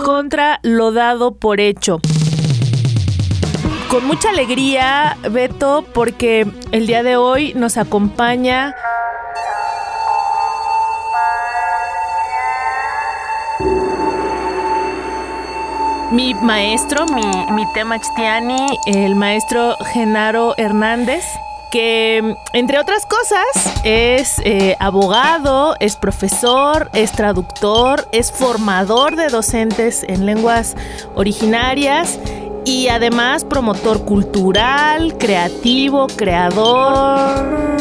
contra lo dado por hecho. Con mucha alegría, Beto, porque el día de hoy nos acompaña mi maestro, mi Temachtiani, el maestro Genaro Hernández, que entre otras cosas es abogado, es profesor, es traductor, es formador de docentes en lenguas originarias y además promotor cultural, creativo, creador.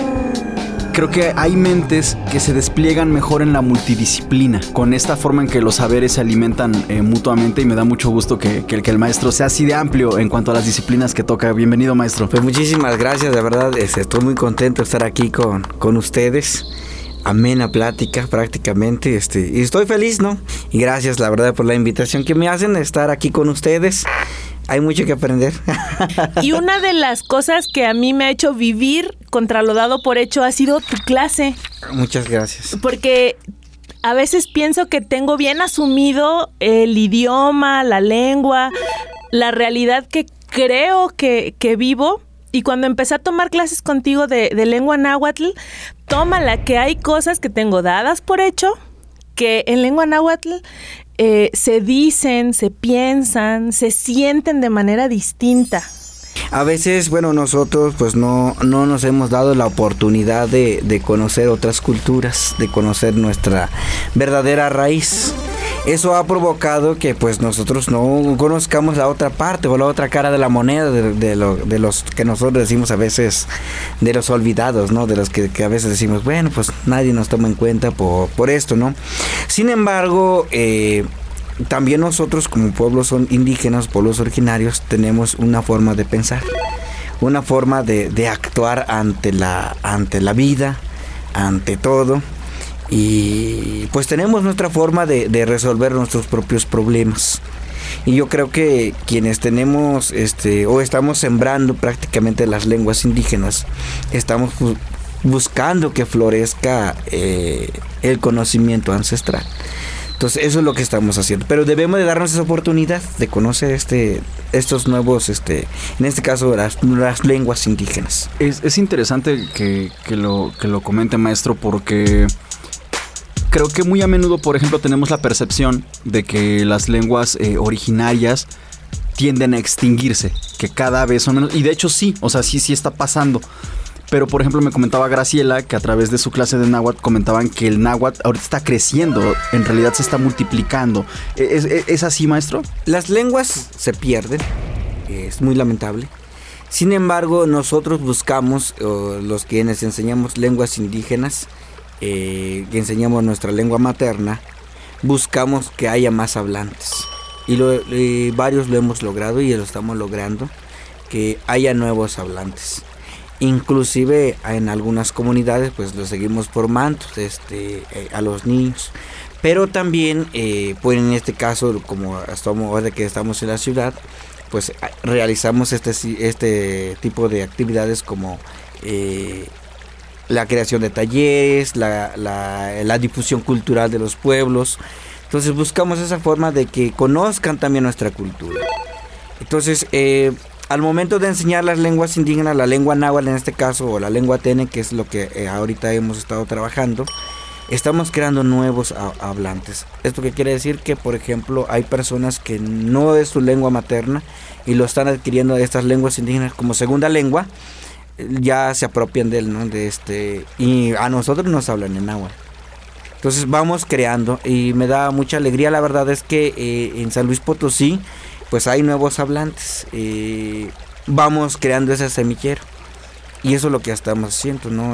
Creo que hay mentes que se despliegan mejor en la multidisciplina, con esta forma en que los saberes se alimentan mutuamente, y me da mucho gusto que el maestro sea así de amplio en cuanto a las disciplinas que toca. Bienvenido, maestro. Pues muchísimas gracias, de verdad, estoy muy contento de estar aquí con ustedes. Amena plática prácticamente, y estoy feliz, ¿no? Y gracias, la verdad, por la invitación que me hacen de estar aquí con ustedes. Hay mucho que aprender. Y una de las cosas que a mí me ha hecho vivir contra lo dado por hecho ha sido tu clase. Muchas gracias. Porque a veces pienso que tengo bien asumido el idioma, la lengua, la realidad que creo que vivo. Y cuando empecé a tomar clases contigo de lengua náhuatl, tómala que hay cosas que tengo dadas por hecho, que en lengua náhuatl se dicen, se piensan, se sienten de manera distinta. A veces, bueno, nosotros pues no nos hemos dado la oportunidad de conocer otras culturas, de conocer nuestra verdadera raíz. Eso ha provocado que pues nosotros no conozcamos la otra parte o la otra cara de la moneda de los que nosotros decimos a veces, de los olvidados, ¿no? De los que a veces decimos, bueno, pues nadie nos toma en cuenta por esto, ¿no? Sin embargo, también nosotros como pueblos indígenas, pueblos originarios, tenemos una forma de pensar, una forma de actuar ante la vida, ante todo. Y pues tenemos nuestra forma de resolver nuestros propios problemas. Y yo creo que quienes tenemos o estamos sembrando prácticamente las lenguas indígenas, estamos buscando que florezca el conocimiento ancestral. Entonces eso es lo que estamos haciendo, pero debemos de darnos esa oportunidad de conocer estos nuevos, en este caso las lenguas indígenas. Es interesante que lo comente, maestro, porque creo que muy a menudo, por ejemplo, tenemos la percepción de que las lenguas originarias tienden a extinguirse, que cada vez son menos, y de hecho sí, o sea, sí está pasando. Pero, por ejemplo, me comentaba Graciela que a través de su clase de náhuatl comentaban que el náhuatl ahorita está creciendo, en realidad se está multiplicando. ¿Es así, maestro? Las lenguas se pierden, es muy lamentable. Sin embargo, nosotros buscamos, los quienes enseñamos lenguas indígenas, que enseñamos nuestra lengua materna, buscamos que haya más hablantes. Y varios lo hemos logrado y lo estamos logrando, que haya nuevos hablantes. Inclusive en algunas comunidades pues lo seguimos formando a los niños, pero también pues en este caso, como ahora que estamos en la ciudad, pues realizamos este tipo de actividades como la creación de talleres, la difusión cultural de los pueblos. Entonces buscamos esa forma de que conozcan también nuestra cultura. Entonces al momento de enseñar las lenguas indígenas, la lengua náhuatl en este caso, o la lengua tene, que es lo que ahorita hemos estado trabajando, estamos creando nuevos hablantes. ¿Esto qué quiere decir? Que, por ejemplo, hay personas que no es su lengua materna y lo están adquiriendo de estas lenguas indígenas como segunda lengua, ya se apropian de él, ¿no? Y a nosotros nos hablan en náhuatl. Entonces vamos creando y me da mucha alegría. La verdad es que en San Luis Potosí pues hay nuevos hablantes, vamos creando ese semillero y eso es lo que estamos haciendo, ¿no?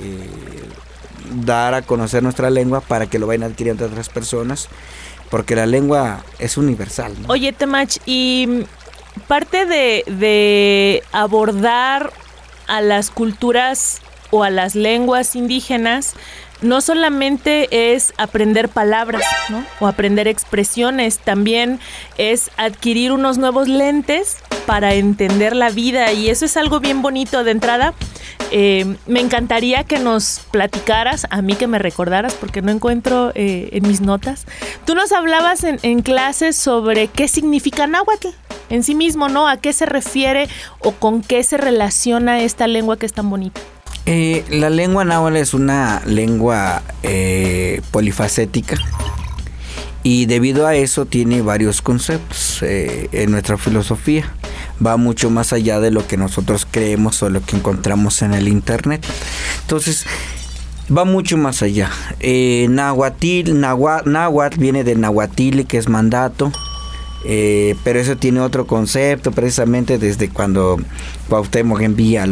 Dar a conocer nuestra lengua para que lo vayan adquiriendo otras personas, porque la lengua es universal, ¿no? Oye, Temach, y parte de abordar a las culturas o a las lenguas indígenas no solamente es aprender palabras, ¿no? O aprender expresiones, también es adquirir unos nuevos lentes para entender la vida, y eso es algo bien bonito. De entrada, me encantaría que nos platicaras, a mí que me recordaras, porque no encuentro en mis notas. Tú nos hablabas en clases sobre qué significa náhuatl en sí mismo, ¿no? ¿A qué se refiere o con qué se relaciona esta lengua que es tan bonita? La lengua náhuatl es una lengua polifacética, y debido a eso tiene varios conceptos en nuestra filosofía. Va mucho más allá de lo que nosotros creemos o lo que encontramos en el internet. Entonces, va mucho más allá. Náhuatl viene de nahuatl, que es mandato. Pero eso tiene otro concepto, precisamente desde cuando Cuauhtémoc envía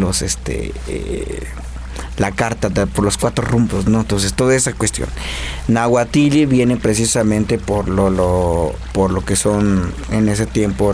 la carta por los 4 rumbos, ¿no? Entonces, toda esa cuestión. Nahuatl viene precisamente por lo que son en ese tiempo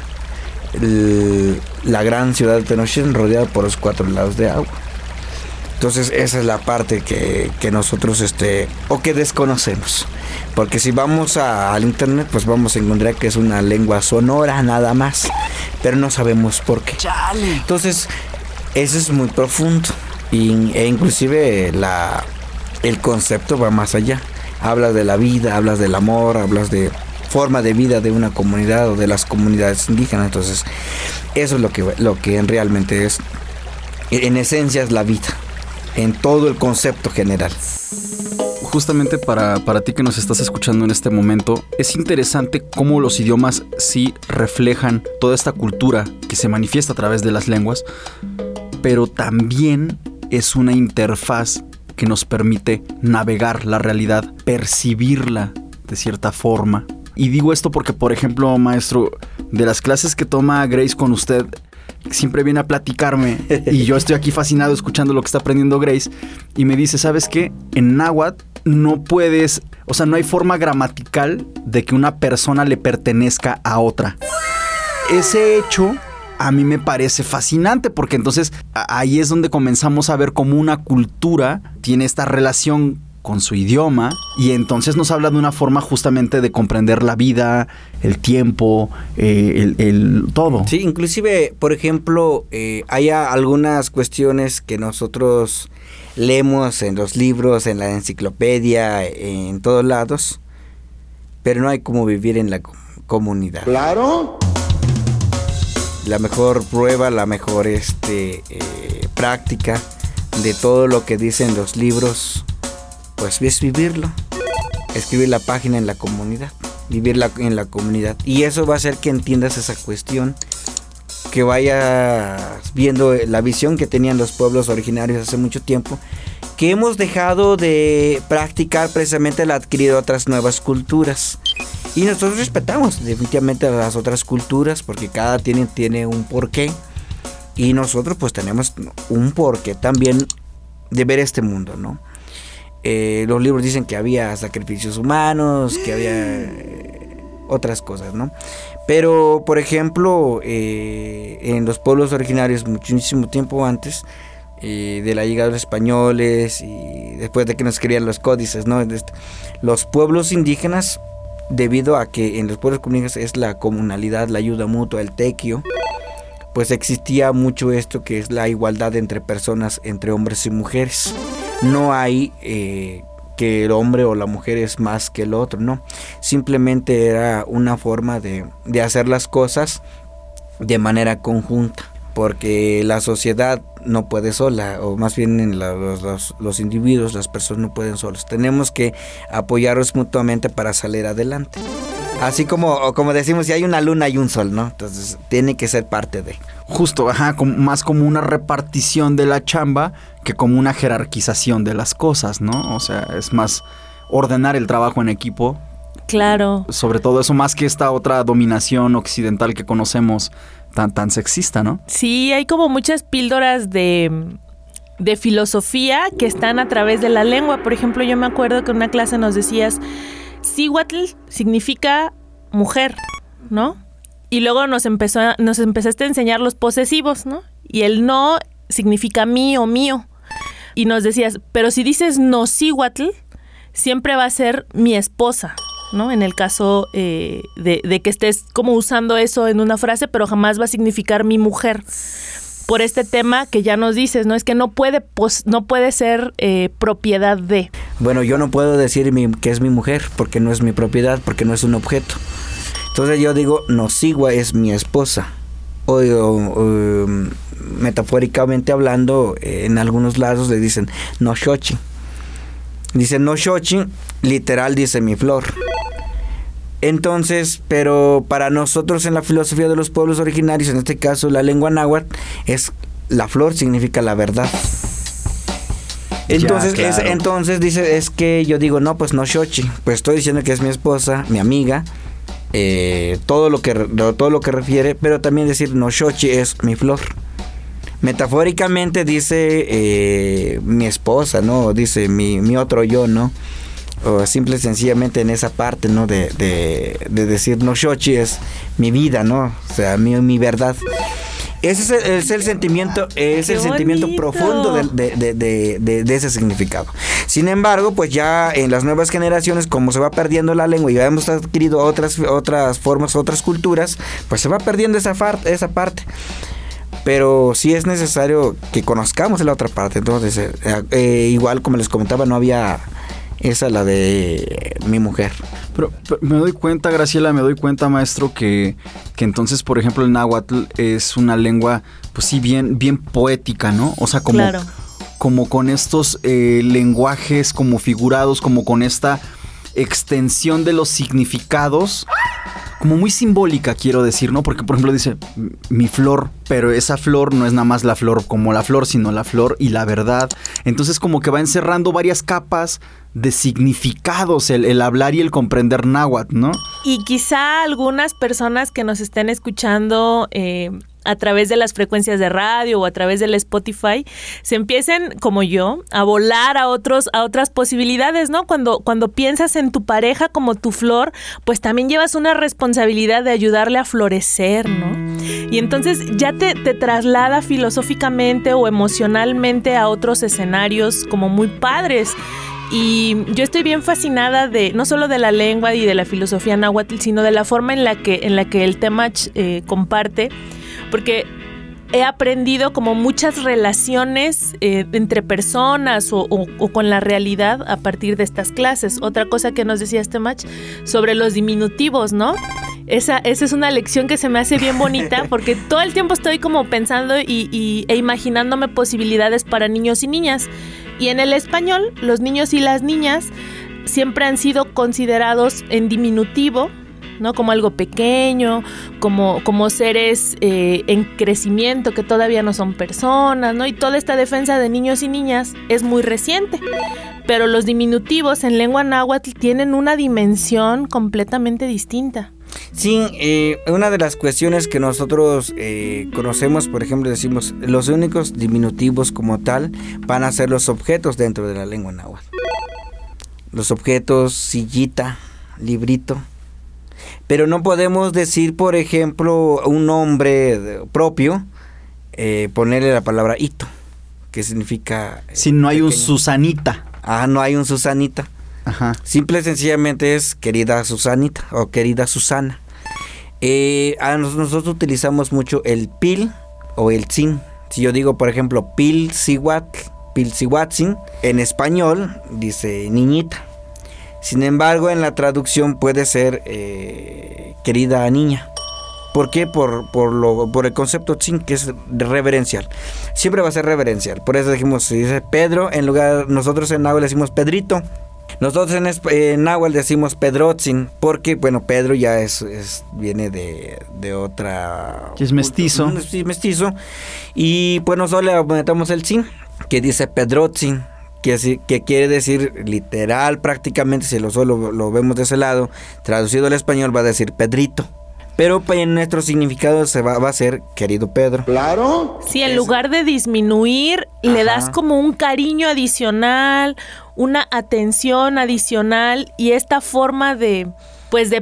la gran ciudad de Tenochtitlan, rodeada por los 4 lados de agua. Entonces, esa es la parte que nosotros o que desconocemos. Porque si vamos al internet, pues vamos a encontrar que es una lengua sonora nada más, pero no sabemos por qué. ¡Chale! Entonces, eso es muy profundo. E inclusive el concepto va más allá. Hablas de la vida, hablas del amor, hablas de forma de vida de una comunidad o de las comunidades indígenas. Entonces, eso es lo que realmente es, en esencia, es la vida, en todo el concepto general. Justamente para ti que nos estás escuchando en este momento, es interesante cómo los idiomas sí reflejan toda esta cultura que se manifiesta a través de las lenguas, pero también es una interfaz que nos permite navegar la realidad, percibirla de cierta forma. Y digo esto porque, por ejemplo, maestro, de las clases que toma Grace con usted, siempre viene a platicarme y yo estoy aquí fascinado escuchando lo que está aprendiendo Grace, y me dice, ¿sabes qué? En náhuatl no puedes, o sea, no hay forma gramatical de que una persona le pertenezca a otra. Ese hecho a mí me parece fascinante, porque entonces ahí es donde comenzamos a ver cómo una cultura tiene esta relación con su idioma, y entonces nos habla de una forma justamente de comprender la vida, el tiempo, el todo. Sí, inclusive, por ejemplo, hay algunas cuestiones que nosotros leemos en los libros, en la enciclopedia, en todos lados, pero no hay como vivir en la comunidad. ¡Claro! La mejor prueba, la mejor práctica de todo lo que dicen los libros, pues es vivirlo, escribir la página en la comunidad, vivirla en la comunidad, y eso va a hacer que entiendas esa cuestión, que vayas viendo la visión que tenían los pueblos originarios hace mucho tiempo, que hemos dejado de practicar precisamente al adquirir otras nuevas culturas. Y nosotros respetamos definitivamente a las otras culturas, porque cada tiene un porqué, y nosotros pues tenemos un porqué también de ver este mundo, ¿no? Los libros dicen que había sacrificios humanos, que había otras cosas, ¿no? Pero, por ejemplo, en los pueblos originarios, muchísimo tiempo antes de la llegada de los españoles y después de que nos escribían los códices, ¿no? Los pueblos indígenas, debido a que en los pueblos indígenas es la comunalidad, la ayuda mutua, el tequio, pues existía mucho esto que es la igualdad entre personas, entre hombres y mujeres. No hay que el hombre o la mujer es más que el otro, no. Simplemente era una forma de hacer las cosas de manera conjunta, porque la sociedad no puede sola, o más bien los individuos, las personas no pueden solos. Tenemos que apoyarnos mutuamente para salir adelante. Así como decimos, si hay una luna hay un sol, ¿no? Entonces tiene que ser parte de. Justo, más como una repartición de la chamba que como una jerarquización de las cosas, ¿no? O sea, es más ordenar el trabajo en equipo. Claro. Sobre todo eso, más que esta otra dominación occidental que conocemos tan sexista, ¿no? Sí, hay como muchas píldoras de filosofía que están a través de la lengua. Por ejemplo, yo me acuerdo que en una clase nos decías, Cihuatl significa mujer, ¿no? Y luego nos empezaste a enseñar los posesivos, ¿no? Y el no significa mí o mío. Y nos decías, pero si dices no Cihuatl, siempre va a ser mi esposa, ¿no? En el caso de que estés como usando eso en una frase, pero jamás va a significar mi mujer. Por este tema que ya nos dices, ¿no? Es que no puede ser propiedad de. Bueno, yo no puedo decir que es mi mujer porque no es mi propiedad, porque no es un objeto. Entonces yo digo, Nosigua es mi esposa. O metafóricamente hablando, en algunos lados le dicen Noshochi. Dice Noshochi, literal dice mi flor. Entonces, pero para nosotros en la filosofía de los pueblos originarios, en este caso la lengua náhuatl, la flor significa la verdad. Entonces, ya, claro. Entonces dice, es que yo digo, no, pues Noshochi, pues estoy diciendo que es mi esposa, mi amiga, todo lo que refiere, pero también decir Noshochi es mi flor. Metafóricamente dice mi esposa, ¿no? Dice mi otro yo, ¿no? O simple y sencillamente en esa parte, ¿no? De decir Noshochi es mi vida, ¿no? O sea, mi verdad. Ese es el sentimiento, profundo de ese significado. Sin embargo, pues ya en las nuevas generaciones, como se va perdiendo la lengua y ya hemos adquirido otras formas, otras culturas, pues se va perdiendo esa parte. Pero sí es necesario que conozcamos la otra parte. Entonces, igual como les comentaba, no había la de mi mujer. Pero me doy cuenta, Graciela, maestro, que entonces, por ejemplo, el náhuatl es una lengua, pues sí, bien poética, ¿no? O sea, como con estos lenguajes como figurados, como con esta extensión de los significados, como muy simbólica, quiero decir, ¿no? Porque, por ejemplo, dice mi flor, pero esa flor no es nada más la flor como la flor, sino la flor y la verdad. Entonces, como que va encerrando varias capas de significados el hablar y el comprender náhuatl, ¿no? Y quizá algunas personas que nos estén escuchando a través de las frecuencias de radio o a través del Spotify se empiecen, como yo, a volar a otras posibilidades, ¿no? Cuando piensas en tu pareja como tu flor, pues también llevas una responsabilidad de ayudarle a florecer, ¿no? Y entonces ya te traslada filosóficamente o emocionalmente a otros escenarios como muy padres. Y yo estoy bien fascinada no solo de la lengua y de la filosofía náhuatl, sino de la forma en la que el Temach comparte, porque he aprendido como muchas relaciones entre personas o con la realidad a partir de estas clases. Otra cosa que nos decía Temach sobre los diminutivos, ¿no? Esa es una lección que se me hace bien bonita porque todo el tiempo estoy como pensando e imaginándome posibilidades para niños y niñas. Y en el español, los niños y las niñas siempre han sido considerados en diminutivo, ¿no? Como algo pequeño, como seres en crecimiento que todavía no son personas, ¿no? Y toda esta defensa de niños y niñas es muy reciente. Pero los diminutivos en lengua náhuatl tienen una dimensión completamente distinta. Sí, una de las cuestiones que nosotros conocemos, por ejemplo, decimos, los únicos diminutivos como tal van a ser los objetos dentro de la lengua náhuatl. Los objetos, sillita, librito. Pero no podemos decir, por ejemplo, un nombre propio, ponerle la palabra hito, que significa... Si no hay pequeño. Un Susanita. No hay un Susanita. Ajá. Simple y sencillamente es querida Susanita o querida Susana. Nosotros utilizamos mucho el pil o el tzin. Si yo digo, por ejemplo, pilcihuatzin, en español dice niñita. Sin embargo, en la traducción puede ser querida niña. ¿Por qué? Por el concepto tzin, que es reverencial. Siempre va a ser reverencial. Por eso dijimos, si dice Pedro, nosotros en náhuatl decimos Pedrito. Nosotros en náhuatl decimos Pedrotzin, porque, bueno, Pedro ya viene de otra... Es mestizo. Sí, mestizo. Y pues nosotros le metemos el tzin, que dice Pedrotzin, que quiere decir literal prácticamente, si lo vemos de ese lado, traducido al español va a decir Pedrito. Pero en nuestro significado va a ser querido Pedro. Claro. Sí, en lugar de disminuir, le das como un cariño adicional, una atención adicional y esta forma de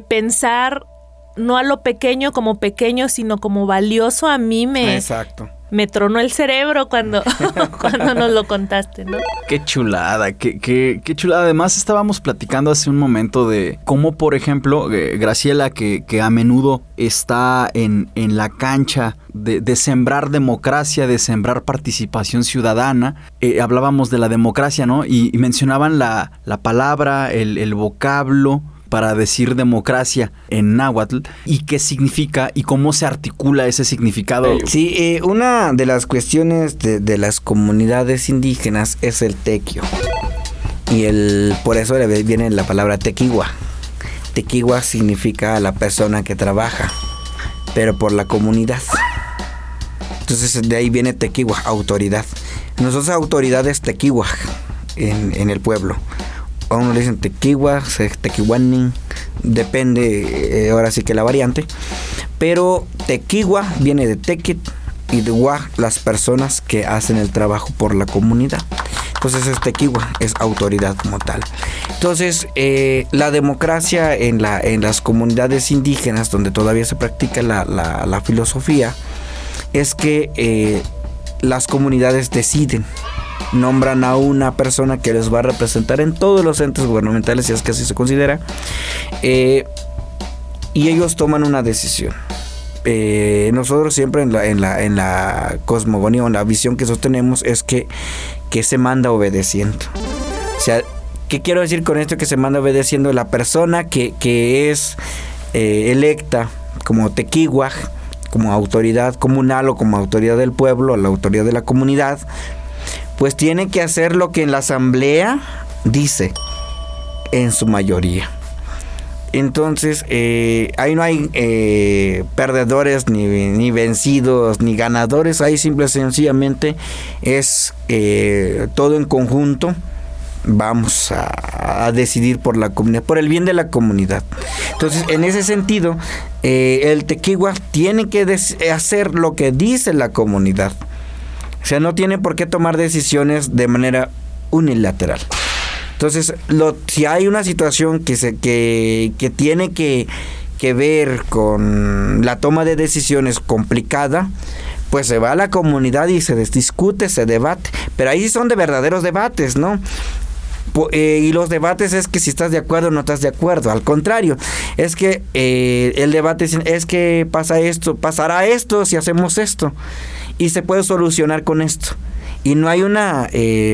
pensar no a lo pequeño como pequeño, sino como valioso a mí Exacto. me tronó el cerebro cuando nos lo contaste, ¿no? Qué chulada, qué chulada. Además, estábamos platicando hace un momento de cómo, por ejemplo, Graciela, que a menudo está en la cancha de sembrar democracia, de sembrar participación ciudadana. Hablábamos de la democracia, ¿no? Y mencionaban la palabra, el vocablo para decir democracia en náhuatl y qué significa y cómo se articula ese significado. Sí, una de las cuestiones de las comunidades indígenas es el tequio. Y por eso viene la palabra tequigua. Tequigua significa la persona que trabaja, pero por la comunidad. Entonces de ahí viene tequigua, autoridad. Nosotros autoridad es tequigua en el pueblo. A uno le dicen tequigua, tequihuanin, depende ahora sí que la variante. Pero tequigua viene de tequit y de gua, las personas que hacen el trabajo por la comunidad. Entonces es tequigua, es autoridad como tal. Entonces la democracia en las comunidades indígenas donde todavía se practica la filosofía es que las comunidades deciden. Nombran a una persona que les va a representar en todos los entes gubernamentales, si es que así se considera, y ellos toman una decisión. Nosotros siempre en la cosmogonía o en la visión que sostenemos es que se manda obedeciendo. O sea, ¿qué quiero decir con esto? Que se manda obedeciendo la persona que es electa como tequigua, como autoridad comunal o como autoridad del pueblo, la autoridad de la comunidad, pues tiene que hacer lo que en la asamblea dice, en su mayoría. Entonces, ahí no hay perdedores, ni vencidos, ni ganadores. Ahí simple y sencillamente es todo en conjunto. Vamos a decidir por la comunidad, por el bien de la comunidad. Entonces, en ese sentido, el tequigua tiene que hacer lo que dice la comunidad. O sea, no tiene por qué tomar decisiones de manera unilateral. Entonces, si hay una situación que tiene que ver con la toma de decisiones complicada, pues se va a la comunidad y se discute, se debate. Pero ahí son de verdaderos debates, ¿no? Y los debates es que si estás de acuerdo o no estás de acuerdo. Al contrario, es que el debate es que pasará esto si hacemos esto. Y se puede solucionar con esto. Y no hay una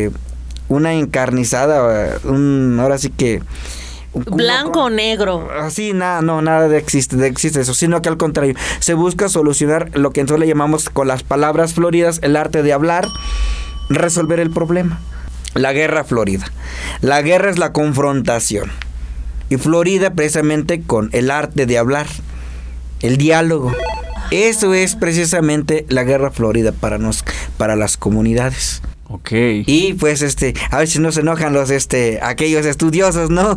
encarnizada, ahora sí que... Blanco o negro. Así, nada existe eso, sino que al contrario, se busca solucionar lo que nosotros le llamamos con las palabras floridas, el arte de hablar, resolver el problema. La guerra florida. La guerra es la confrontación. Y florida precisamente con el arte de hablar, el diálogo. Eso es precisamente la guerra florida para las comunidades. Ok. Y pues a ver si no se enojan aquellos estudiosos, ¿no?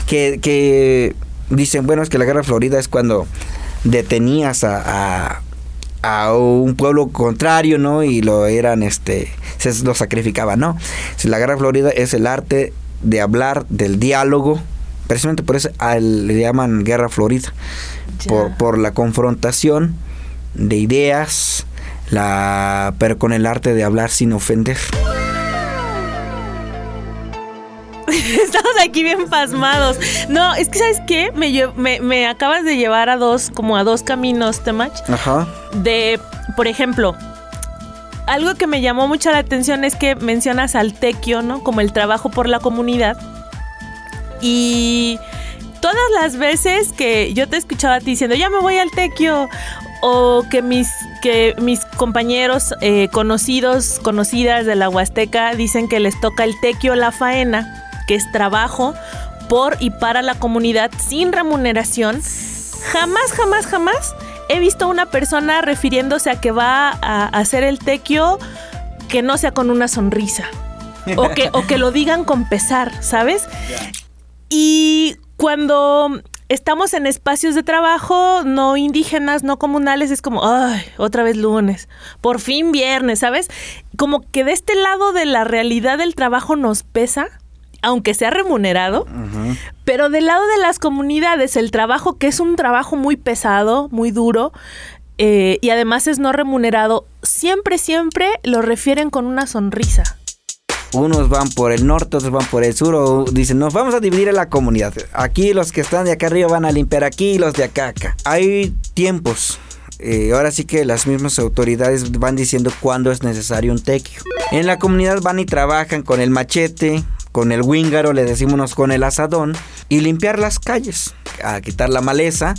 Que dicen, bueno, es que la guerra florida es cuando detenías a un pueblo contrario, ¿no? Y lo sacrificaban, ¿no? La guerra florida es el arte de hablar, del diálogo. Precisamente por eso le llaman guerra florida. Por la confrontación de ideas, pero con el arte de hablar sin ofender. Estamos aquí bien pasmados. No, es que ¿sabes qué? Me acabas de llevar a dos caminos, Temach. Ajá. Por ejemplo, algo que me llamó mucho la atención es que mencionas al tequio, ¿no? Como el trabajo por la comunidad. Y todas las veces que yo te escuchaba a ti diciendo, ya me voy al tequio, o que mis compañeros conocidas de la Huasteca dicen que les toca el tequio, la faena, que es trabajo por y para la comunidad sin remuneración, jamás he visto a una persona refiriéndose a que va a hacer el tequio que no sea con una sonrisa o que lo digan con pesar, ¿sabes? Y cuando estamos en espacios de trabajo no indígenas, no comunales, es como, ay, otra vez lunes, por fin viernes, ¿sabes? Como que de este lado de la realidad del trabajo nos pesa, aunque sea remunerado, uh-huh. Pero del lado de las comunidades, el trabajo, que es un trabajo muy pesado, muy duro, y además es no remunerado, siempre lo refieren con una sonrisa. Unos van por el norte, otros van por el sur, o dicen, nos vamos a dividir en la comunidad. Aquí los que están de acá arriba van a limpiar aquí y los de acá. Hay tiempos. Ahora sí que las mismas autoridades van diciendo cuándo es necesario un tequio. En la comunidad van y trabajan con el machete, con el wíngaro, le decimos con el asadón, y limpiar las calles, a quitar la maleza.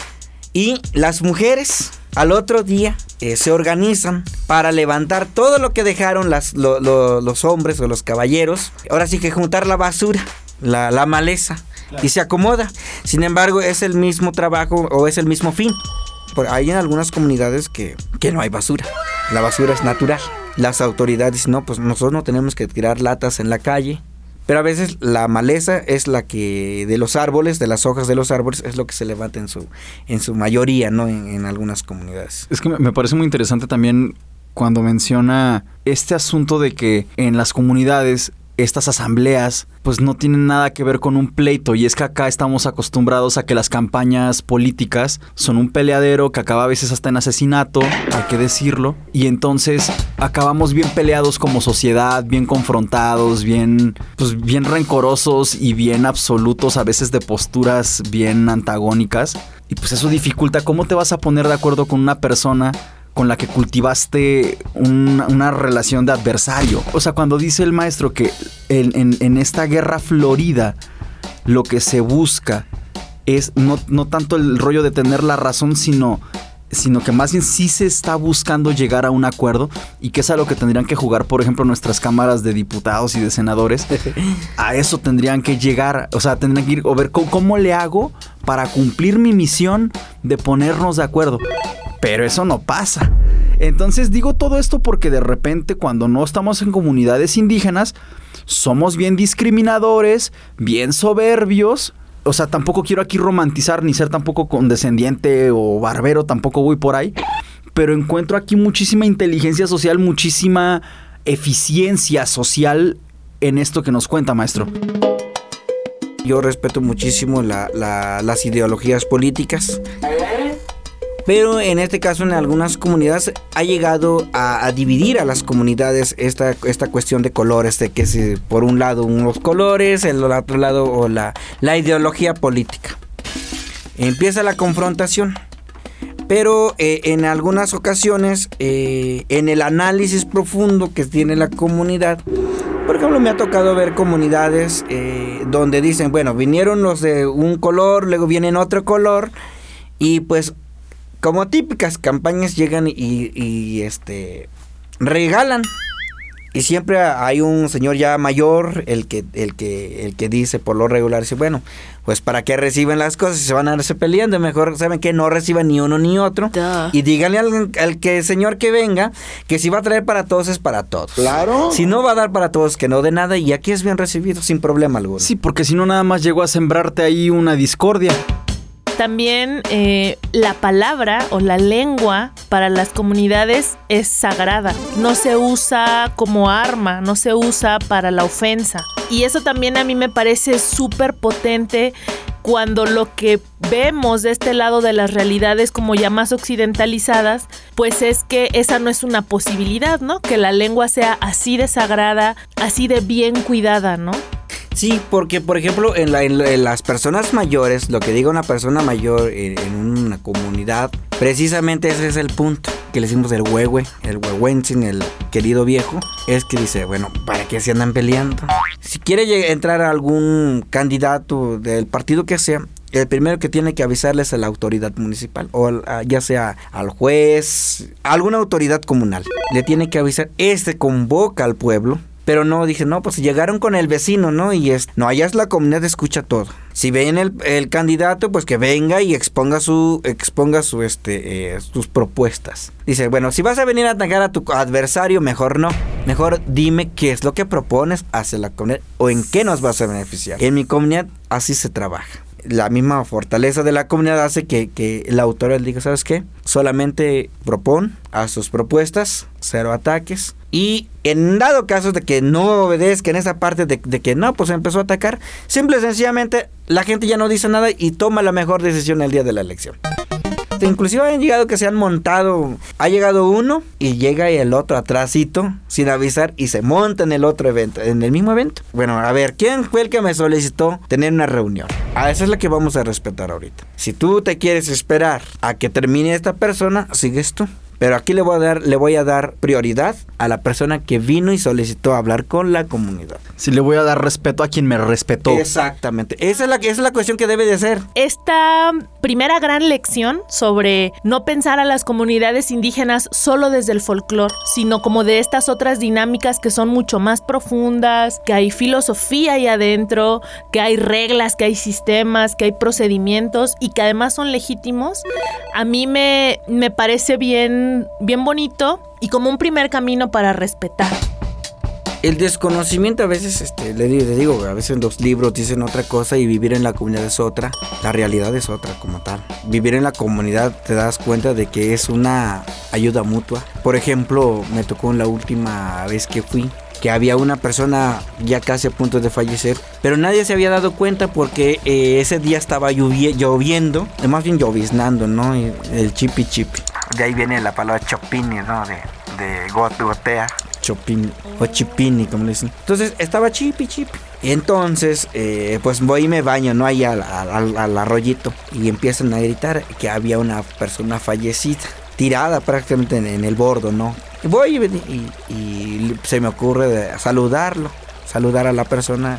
Y las mujeres al otro día se organizan para levantar todo lo que dejaron los hombres o los caballeros. Ahora sí que juntar la basura, la maleza, claro, y se acomoda. Sin embargo, es el mismo trabajo o es el mismo fin. Hay en algunas comunidades que no hay basura. La basura es natural. Las autoridades dicen, no, pues nosotros no tenemos que tirar latas en la calle. Pero a veces la maleza es la que de los árboles, de las hojas de los árboles, es lo que se levanta en su mayoría, ¿no? En algunas comunidades. Es que me parece muy interesante también cuando menciona este asunto de que en las comunidades estas asambleas pues no tienen nada que ver con un pleito, y es que acá estamos acostumbrados a que las campañas políticas son un peleadero que acaba a veces hasta en asesinato, hay que decirlo, y entonces acabamos bien peleados como sociedad, bien confrontados, bien rencorosos y bien absolutos, a veces de posturas bien antagónicas, y pues eso dificulta cómo te vas a poner de acuerdo con una persona con la que cultivaste una relación de adversario. O sea, cuando dice el maestro que en esta guerra florida lo que se busca es no tanto el rollo de tener la razón, sino que más bien sí se está buscando llegar a un acuerdo, y que es a lo que tendrían que jugar, por ejemplo, nuestras cámaras de diputados y de senadores. A eso tendrían que llegar, o sea, tendrían que ir a ver cómo le hago para cumplir mi misión de ponernos de acuerdo. Pero eso no pasa. Entonces digo todo esto porque de repente cuando no estamos en comunidades indígenas somos bien discriminadores, bien soberbios. O sea, tampoco quiero aquí romantizar ni ser tampoco condescendiente o barbero, tampoco voy por ahí. Pero encuentro aquí muchísima inteligencia social, muchísima eficiencia social en esto que nos cuenta, maestro. Yo respeto muchísimo las ideologías políticas. Pero en este caso, en algunas comunidades ha llegado a dividir a las comunidades esta cuestión de colores, de que si por un lado unos colores, el otro lado o la ideología política. Empieza la confrontación. Pero en algunas ocasiones, en el análisis profundo que tiene la comunidad, por ejemplo, me ha tocado ver comunidades donde dicen, bueno, vinieron los de un color, luego vienen otro color, y pues como típicas campañas llegan y regalan. Y siempre hay un señor ya mayor, el que dice por lo regular, dice, bueno, pues para qué reciben las cosas si se van a darse peleando, mejor saben que no reciban ni uno ni otro. Y díganle al señor que venga que si va a traer para todos es para todos. Claro. Si no va a dar para todos, que no dé nada, y aquí es bien recibido sin problema alguno. Sí, porque si no nada más llegó a sembrarte ahí una discordia. También la palabra o la lengua para las comunidades es sagrada. No se usa como arma, no se usa para la ofensa. Y eso también a mí me parece súper potente cuando lo que vemos de este lado de las realidades como ya más occidentalizadas, pues es que esa no es una posibilidad, ¿no? Que la lengua sea así de sagrada, así de bien cuidada, ¿no? Sí, porque por ejemplo en las personas mayores, lo que diga una persona mayor en una comunidad, precisamente ese es el punto, que le decimos el huehuentzin, el querido viejo, es que dice, bueno, ¿para qué se andan peleando? Si quiere entrar a algún candidato del partido que sea, el primero que tiene que avisarles a la autoridad municipal, o ya sea al juez, a alguna autoridad comunal, le tiene que avisar, convoca al pueblo. Pero no, dije, no, pues llegaron con el vecino, ¿no? Y no, allá es la comunidad, escucha todo. Si ven el candidato, pues que venga y exponga sus propuestas. Dice, bueno, si vas a venir a atacar a tu adversario, mejor no. Mejor dime qué es lo que propones hacia la comunidad o en qué nos vas a beneficiar. En mi comunidad así se trabaja. La misma fortaleza de la comunidad hace que la autoridad diga, ¿sabes qué? Solamente propon a sus propuestas, 0 ataques. Y en dado caso de que no obedezca en esa parte de que no, pues empezó a atacar, simple y sencillamente la gente ya no dice nada y toma la mejor decisión el día de la elección. Inclusive han llegado que se han montado, ha llegado uno y llega el otro atrásito sin avisar y se monta en el otro evento, en el mismo evento. Bueno, a ver, ¿quién fue el que me solicitó tener una reunión? Esa es la que vamos a respetar ahorita. Si tú te quieres esperar a que termine esta persona, sigues tú. Pero aquí le voy a dar prioridad a la persona que vino y solicitó hablar con la comunidad. Sí, le voy a dar respeto a quien me respetó. Exactamente. Esa es la cuestión que debe de ser. Esta primera gran lección sobre no pensar a las comunidades indígenas solo desde el folclore, sino como de estas otras dinámicas que son mucho más profundas, que hay filosofía ahí adentro, que hay reglas, que hay sistemas, que hay procedimientos y que además son legítimos, a mí me parece bien bonito y como un primer camino para respetar. El desconocimiento a veces, le digo, a veces los libros dicen otra cosa y vivir en la comunidad es otra. La realidad es otra como tal. Vivir en la comunidad te das cuenta de que es una ayuda mutua. Por ejemplo, me tocó la última vez que fui, que había una persona ya casi a punto de fallecer, pero nadie se había dado cuenta porque ese día estaba lloviendo, más bien lloviznando, ¿no? El chipi chipi. De ahí viene la palabra chopini, ¿no? De gotea. Chopini o chipini, como le dicen. Entonces estaba chipi chipi. Y entonces, pues voy y me baño, ¿no? Ahí al arroyito. Y empiezan a gritar que había una persona fallecida, tirada prácticamente en el bordo, ¿no? Y voy y se me ocurre saludar a la persona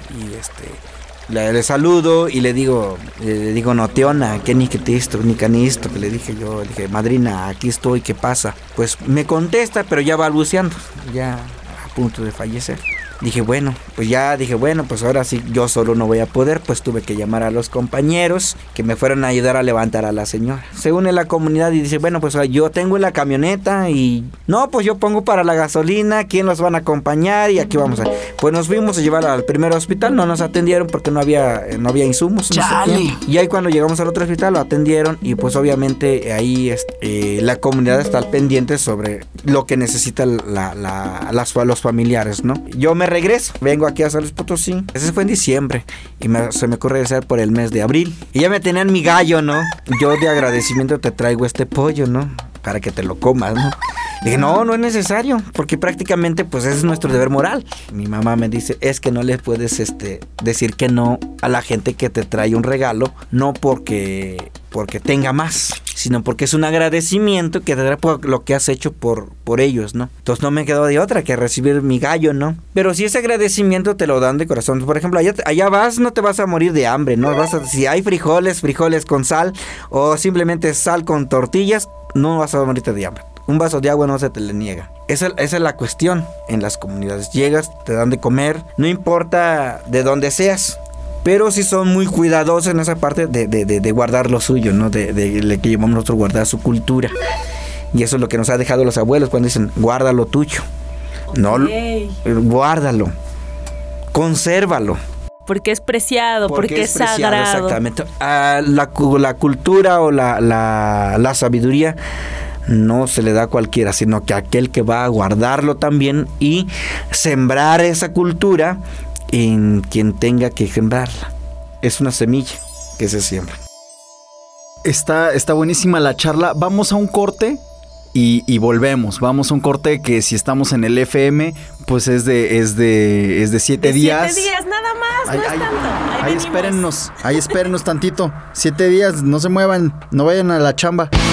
y le saludo y le digo noteona, que ni que tisto, ni canisto, que le dije, madrina, aquí estoy, ¿qué pasa? Pues me contesta, pero ya balbuceando, ya a punto de fallecer. Dije, bueno, pues ahora sí, yo solo no voy a poder, pues tuve que llamar a los compañeros que me fueron a ayudar a levantar a la señora. Se une la comunidad y dice, bueno, pues yo tengo la camioneta y no, pues yo pongo para la gasolina, ¿quién los van a acompañar? Y aquí vamos a... Pues nos fuimos a llevar al primer hospital, no nos atendieron porque no había insumos en ese tiempo. Y ahí cuando llegamos al otro hospital lo atendieron y pues obviamente ahí la comunidad está al pendiente sobre lo que necesitan los familiares, ¿no? Yo me regreso, vengo aquí a San Luis Potosí. Ese fue en diciembre y se me ocurre regresar por el mes de abril. Y ya me tenían mi gallo, ¿no? Yo de agradecimiento te traigo este pollo, ¿no? Para que te lo comas, ¿no? Dije, no es necesario, porque prácticamente pues ese es nuestro deber moral. Mi mamá me dice, es que no le puedes decir que no a la gente que te trae un regalo, no porque tenga más, sino porque es un agradecimiento que te da por lo que has hecho por ellos, ¿no? Entonces no me quedó de otra que recibir mi gallo, ¿no? Pero si ese agradecimiento te lo dan de corazón, por ejemplo, allá vas, no te vas a morir de hambre, ¿no? Si hay frijoles con sal o simplemente sal con tortillas, no vas a morirte de hambre. Un vaso de agua no se te le niega. Esa es la cuestión en las comunidades. Llegas, te dan de comer, no importa de dónde seas. Pero sí son muy cuidadosos en esa parte de guardar lo suyo, ¿no? De que llamamos nosotros guardar su cultura. Y eso es lo que nos ha dejado los abuelos cuando dicen, guarda lo tuyo. Okay. No, guárdalo. Consérvalo. Porque es preciado, porque es sagrado. Exactamente. La cultura o la sabiduría no se le da a cualquiera, sino que a aquel que va a guardarlo también y sembrar esa cultura en quien tenga que sembrarla. Es una semilla que se siembra. Está buenísima la charla. Vamos a un corte y volvemos. Vamos a un corte que si estamos en el FM, pues es de 7 días. 7 días, nada más, no es tanto. Ahí espérennos tantito. 7 días, no se muevan, no vayan a la chamba.